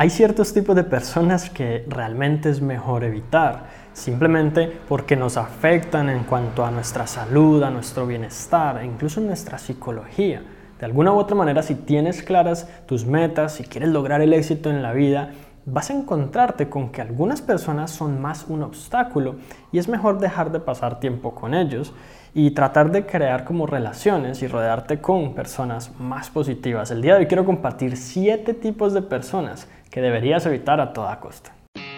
Hay ciertos tipos de personas que realmente es mejor evitar, simplemente porque nos afectan en cuanto a nuestra salud, a nuestro bienestar e incluso en nuestra psicología. De alguna u otra manera, si tienes claras tus metas, si quieres lograr el éxito en la vida, vas a encontrarte con que algunas personas son más un obstáculo y es mejor dejar de pasar tiempo con ellos y tratar de crear como relaciones y rodearte con personas más positivas. El día de hoy quiero compartir 7 tipos de personas que deberías evitar a toda costa.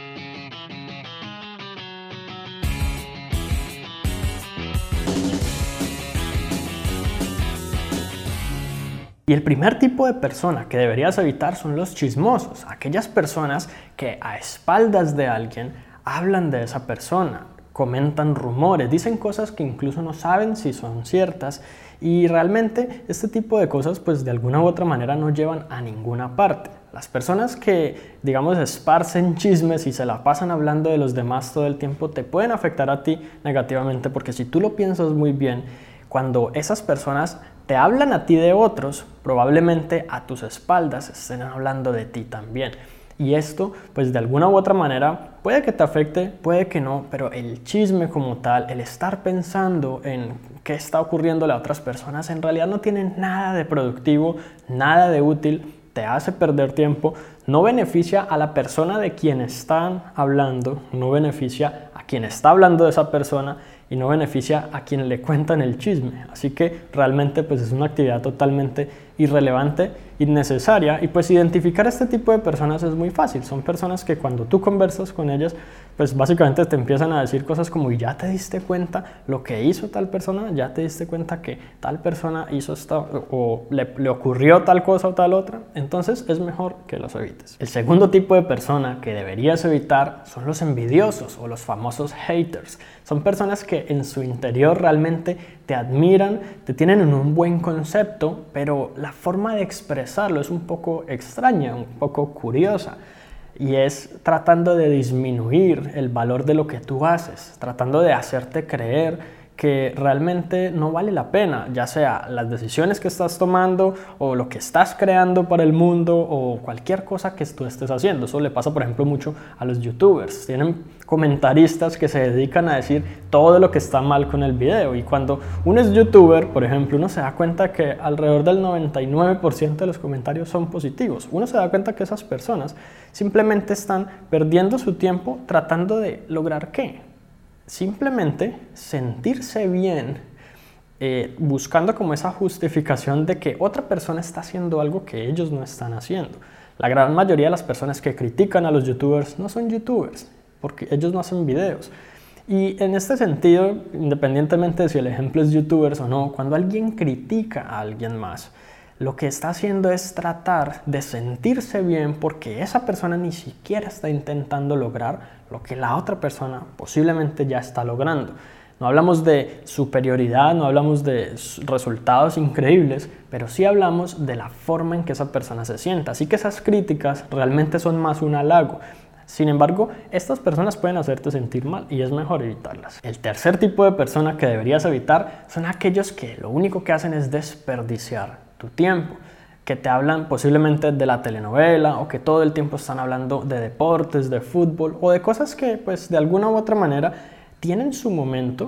Y el primer tipo de persona que deberías evitar son los chismosos, aquellas personas que a espaldas de alguien hablan de esa persona, comentan rumores, dicen cosas que incluso no saben si son ciertas y realmente este tipo de cosas pues de alguna u otra manera no llevan a ninguna parte. Las personas que, digamos, esparcen chismes y se la pasan hablando de los demás todo el tiempo te pueden afectar a ti negativamente porque si tú lo piensas muy bien, cuando esas personas te hablan a ti de otros, probablemente a tus espaldas estén hablando de ti también. Y esto, pues de alguna u otra manera, puede que te afecte, puede que no, pero el chisme como tal, el estar pensando en qué está ocurriéndole a otras personas, en realidad no tiene nada de productivo, nada de útil, te hace perder tiempo, no beneficia a la persona de quien están hablando, no beneficia a quien está hablando de esa persona y no beneficia a quien le cuentan el chisme. Así que realmente pues es una actividad totalmente irrelevante, innecesaria y pues identificar este tipo de personas es muy fácil. Son personas que cuando tú conversas con ellas pues básicamente te empiezan a decir cosas como ¿ya te diste cuenta lo que hizo tal persona? ¿Ya te diste cuenta que tal persona hizo esto o le ocurrió tal cosa o tal otra? Entonces es mejor que los evites. El segundo tipo de persona que deberías evitar son los envidiosos o los famosos haters. Son personas que en su interior realmente te admiran, te tienen en un buen concepto, pero la forma de expresarlo es un poco extraña, un poco curiosa. Y es tratando de disminuir el valor de lo que tú haces, tratando de hacerte creer que realmente no vale la pena, ya sea las decisiones que estás tomando o lo que estás creando para el mundo o cualquier cosa que tú estés haciendo. Eso le pasa, por ejemplo, mucho a los youtubers. Tienen comentaristas que se dedican a decir todo lo que está mal con el video y cuando uno es youtuber, por ejemplo, uno se da cuenta que alrededor del 99% de los comentarios son positivos. Uno se da cuenta que esas personas simplemente están perdiendo su tiempo tratando de lograr ¿qué? Simplemente sentirse bien, buscando como esa justificación de que otra persona está haciendo algo que ellos no están haciendo. La gran mayoría de las personas que critican a los youtubers no son youtubers, porque ellos no hacen videos. Y en este sentido, independientemente de si el ejemplo es youtubers o no, cuando alguien critica a alguien más, lo que está haciendo es tratar de sentirse bien porque esa persona ni siquiera está intentando lograr lo que la otra persona posiblemente ya está logrando. No hablamos de superioridad, no hablamos de resultados increíbles, pero sí hablamos de la forma en que esa persona se sienta. Así que esas críticas realmente son más un halago. Sin embargo, estas personas pueden hacerte sentir mal y es mejor evitarlas. El tercer tipo de persona que deberías evitar son aquellos que lo único que hacen es desperdiciar tu tiempo, que te hablan posiblemente de la telenovela o que todo el tiempo están hablando de deportes, de fútbol o de cosas que pues de alguna u otra manera tienen su momento,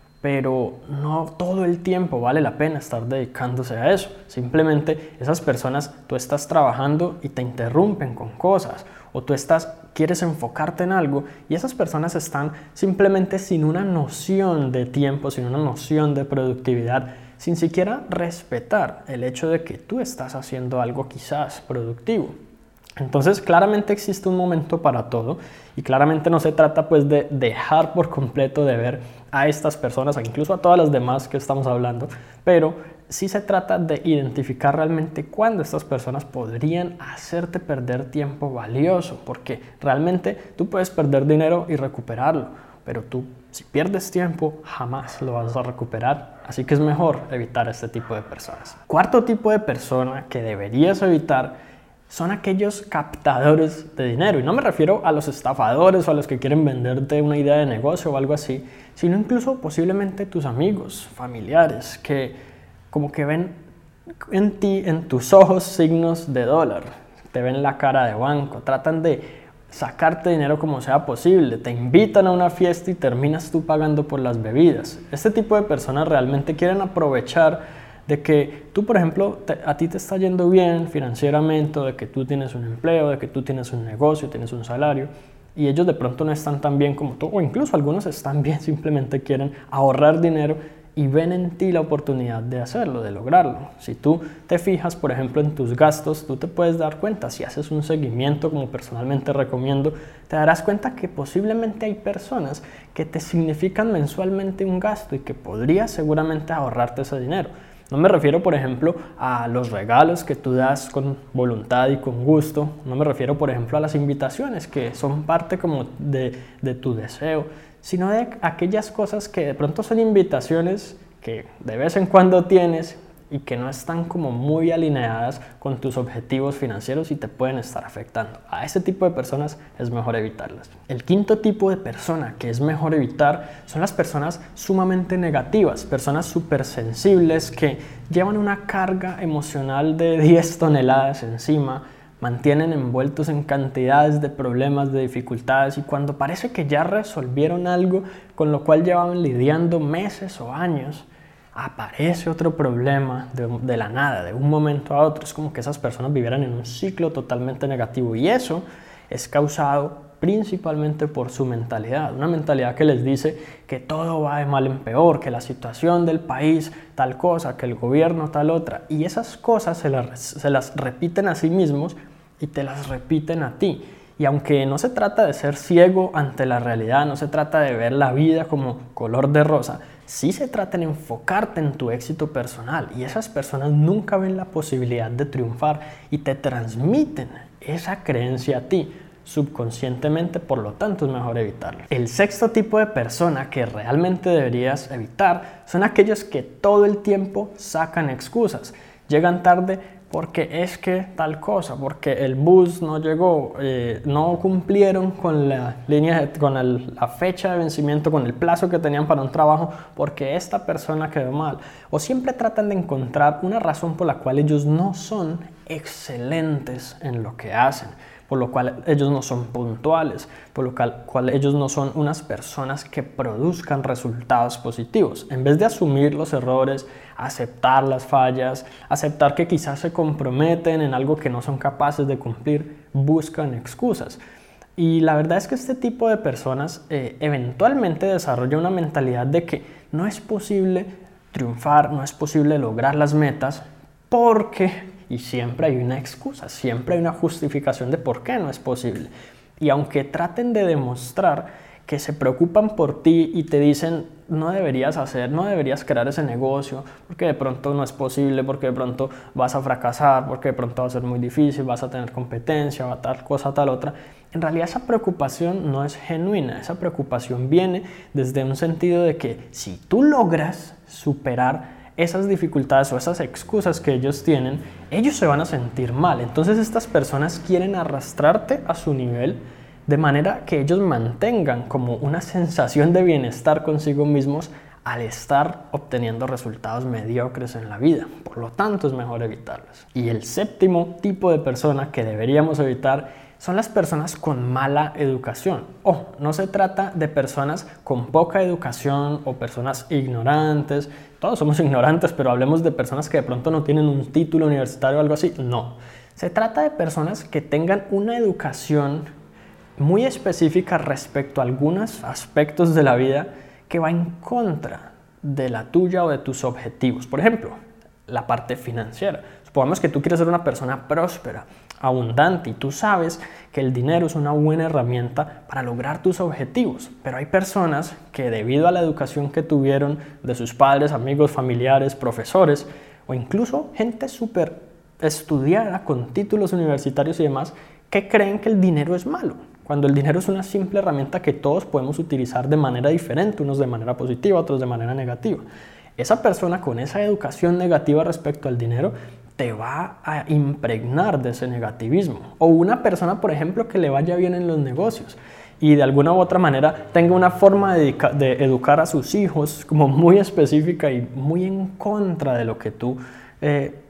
pero no todo el tiempo vale la pena estar dedicándose a eso. Simplemente esas personas, tú estás trabajando y te interrumpen con cosas o tú quieres enfocarte en algo y esas personas están simplemente sin una noción de tiempo, sin una noción de productividad, sin siquiera respetar el hecho de que tú estás haciendo algo quizás productivo. Entonces claramente existe un momento para todo y claramente no se trata pues de dejar por completo de ver a estas personas, incluso a todas las demás que estamos hablando, pero sí se trata de identificar realmente cuándo estas personas podrían hacerte perder tiempo valioso, porque realmente tú puedes perder dinero y recuperarlo, pero tú si pierdes tiempo jamás lo vas a recuperar, así que es mejor evitar este tipo de personas. Cuarto tipo de persona que deberías evitar son aquellos captadores de dinero. Y no me refiero a los estafadores o a los que quieren venderte una idea de negocio o algo así, sino incluso posiblemente tus amigos, familiares, que como que ven en ti, en tus ojos, signos de dólar. te ven la cara de banco, tratan de sacarte dinero como sea posible, te invitan a una fiesta y terminas tú pagando por las bebidas. Este tipo de personas realmente quieren aprovechar de que tú, por ejemplo, a ti te está yendo bien financieramente, de que tú tienes un empleo, de que tú tienes un negocio, tienes un salario, y ellos de pronto no están tan bien como tú, o incluso algunos están bien, simplemente quieren ahorrar dinero y ven en ti la oportunidad de hacerlo, de lograrlo. Si tú te fijas, por ejemplo, en tus gastos, tú te puedes dar cuenta, si haces un seguimiento, como personalmente recomiendo, te darás cuenta que posiblemente hay personas que te significan mensualmente un gasto y que podrías seguramente ahorrarte ese dinero. No me refiero, por ejemplo, a los regalos que tú das con voluntad y con gusto. No me refiero, por ejemplo, a las invitaciones que son parte como de tu deseo, sino de aquellas cosas que de pronto son invitaciones que de vez en cuando tienes y que no están como muy alineadas con tus objetivos financieros y te pueden estar afectando. A ese tipo de personas es mejor evitarlas. El quinto tipo de persona que es mejor evitar son las personas sumamente negativas, personas súper sensibles que llevan una carga emocional de 10 toneladas encima, mantienen envueltos en cantidades de problemas, de dificultades, y cuando parece que ya resolvieron algo con lo cual llevaban lidiando meses o años, aparece otro problema de la nada, de un momento a otro. Es como que esas personas vivieran en un ciclo totalmente negativo, y eso es causado principalmente por su mentalidad, una mentalidad que les dice que todo va de mal en peor, que la situación del país tal cosa, que el gobierno tal otra, y esas cosas se las repiten a sí mismos y te las repiten a ti. Y aunque no se trata de ser ciego ante la realidad, no se trata de ver la vida como color de rosa, sí se trata de enfocarte en tu éxito personal, y esas personas nunca ven la posibilidad de triunfar y te transmiten esa creencia a ti subconscientemente, por lo tanto es mejor evitarlo. El sexto tipo de persona que realmente deberías evitar son aquellos que todo el tiempo sacan excusas. Llegan tarde porque es que tal cosa, porque el bus no llegó, no cumplieron con la la fecha de vencimiento, con el plazo que tenían para un trabajo, porque esta persona quedó mal. O siempre tratan de encontrar una razón por la cual ellos no son excelentes en lo que hacen, por lo cual ellos no son puntuales, por lo cual ellos no son unas personas que produzcan resultados positivos. En vez de asumir los errores, aceptar las fallas, aceptar que quizás se comprometen en algo que no son capaces de cumplir, buscan excusas. Y la verdad es que este tipo de personas eventualmente desarrolla una mentalidad de que no es posible triunfar, no es posible lograr las metas porque... Y siempre hay una excusa, siempre hay una justificación de por qué no es posible. Y aunque traten de demostrar que se preocupan por ti y te dicen no deberías crear ese negocio, porque de pronto no es posible, porque de pronto vas a fracasar, porque de pronto va a ser muy difícil, vas a tener competencia, va a tal cosa, tal otra. En realidad esa preocupación no es genuina, esa preocupación viene desde un sentido de que si tú logras superar esas dificultades o esas excusas que ellos tienen, ellos se van a sentir mal. Entonces estas personas quieren arrastrarte a su nivel de manera que ellos mantengan como una sensación de bienestar consigo mismos al estar obteniendo resultados mediocres en la vida. Por lo tanto, es mejor evitarlos. Y el séptimo tipo de persona que deberíamos evitar son las personas con mala educación. No se trata de personas con poca educación o personas ignorantes. Todos somos ignorantes, pero hablemos de personas que de pronto no tienen un título universitario o algo así. No. Se trata de personas que tengan una educación muy específica respecto a algunos aspectos de la vida que va en contra de la tuya o de tus objetivos. Por ejemplo, la parte financiera. Supongamos que tú quieres ser una persona próspera, abundante, y tú sabes que el dinero es una buena herramienta para lograr tus objetivos, pero hay personas que debido a la educación que tuvieron de sus padres, amigos, familiares, profesores, o incluso gente súper estudiada con títulos universitarios y demás, que creen que el dinero es malo, cuando el dinero es una simple herramienta que todos podemos utilizar de manera diferente, unos de manera positiva, otros de manera negativa. Esa persona con esa educación negativa respecto al dinero te va a impregnar de ese negativismo. O una persona, por ejemplo, que le vaya bien en los negocios y de alguna u otra manera tenga una forma de educar a sus hijos como muy específica y muy en contra de lo que tú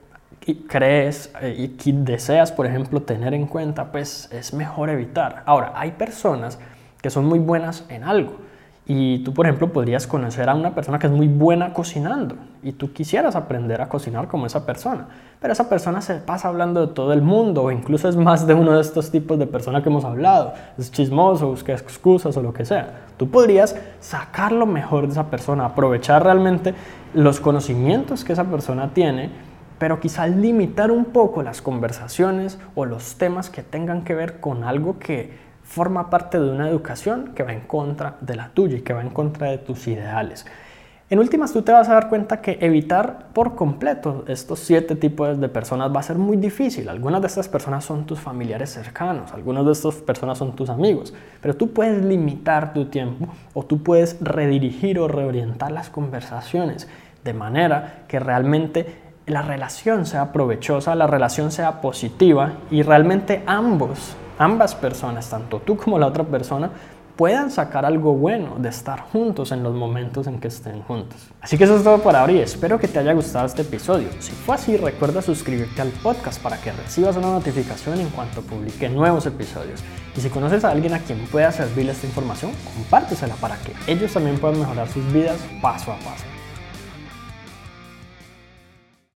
crees y que deseas, por ejemplo, tener en cuenta, pues es mejor evitar. Ahora, hay personas que son muy buenas en algo y tú, por ejemplo, podrías conocer a una persona que es muy buena cocinando y tú quisieras aprender a cocinar como esa persona, pero esa persona se pasa hablando de todo el mundo o incluso es más de uno de estos tipos de personas que hemos hablado, es chismoso, busca excusas o lo que sea. Tú podrías sacar lo mejor de esa persona, aprovechar realmente los conocimientos que esa persona tiene, pero quizás limitar un poco las conversaciones o los temas que tengan que ver con algo que forma parte de una educación que va en contra de la tuya y que va en contra de tus ideales. En últimas, tú te vas a dar cuenta que evitar por completo estos 7 tipos de personas va a ser muy difícil. Algunas de estas personas son tus familiares cercanos, algunas de estas personas son tus amigos, pero tú puedes limitar tu tiempo o tú puedes redirigir o reorientar las conversaciones de manera que realmente la relación sea provechosa, la relación sea positiva y realmente ambas personas, tanto tú como la otra persona, puedan sacar algo bueno de estar juntos en los momentos en que estén juntos. Así que eso es todo por ahora y espero que te haya gustado este episodio. Si fue así, recuerda suscribirte al podcast para que recibas una notificación en cuanto publique nuevos episodios. Y si conoces a alguien a quien pueda servirle esta información, compártesela para que ellos también puedan mejorar sus vidas paso a paso.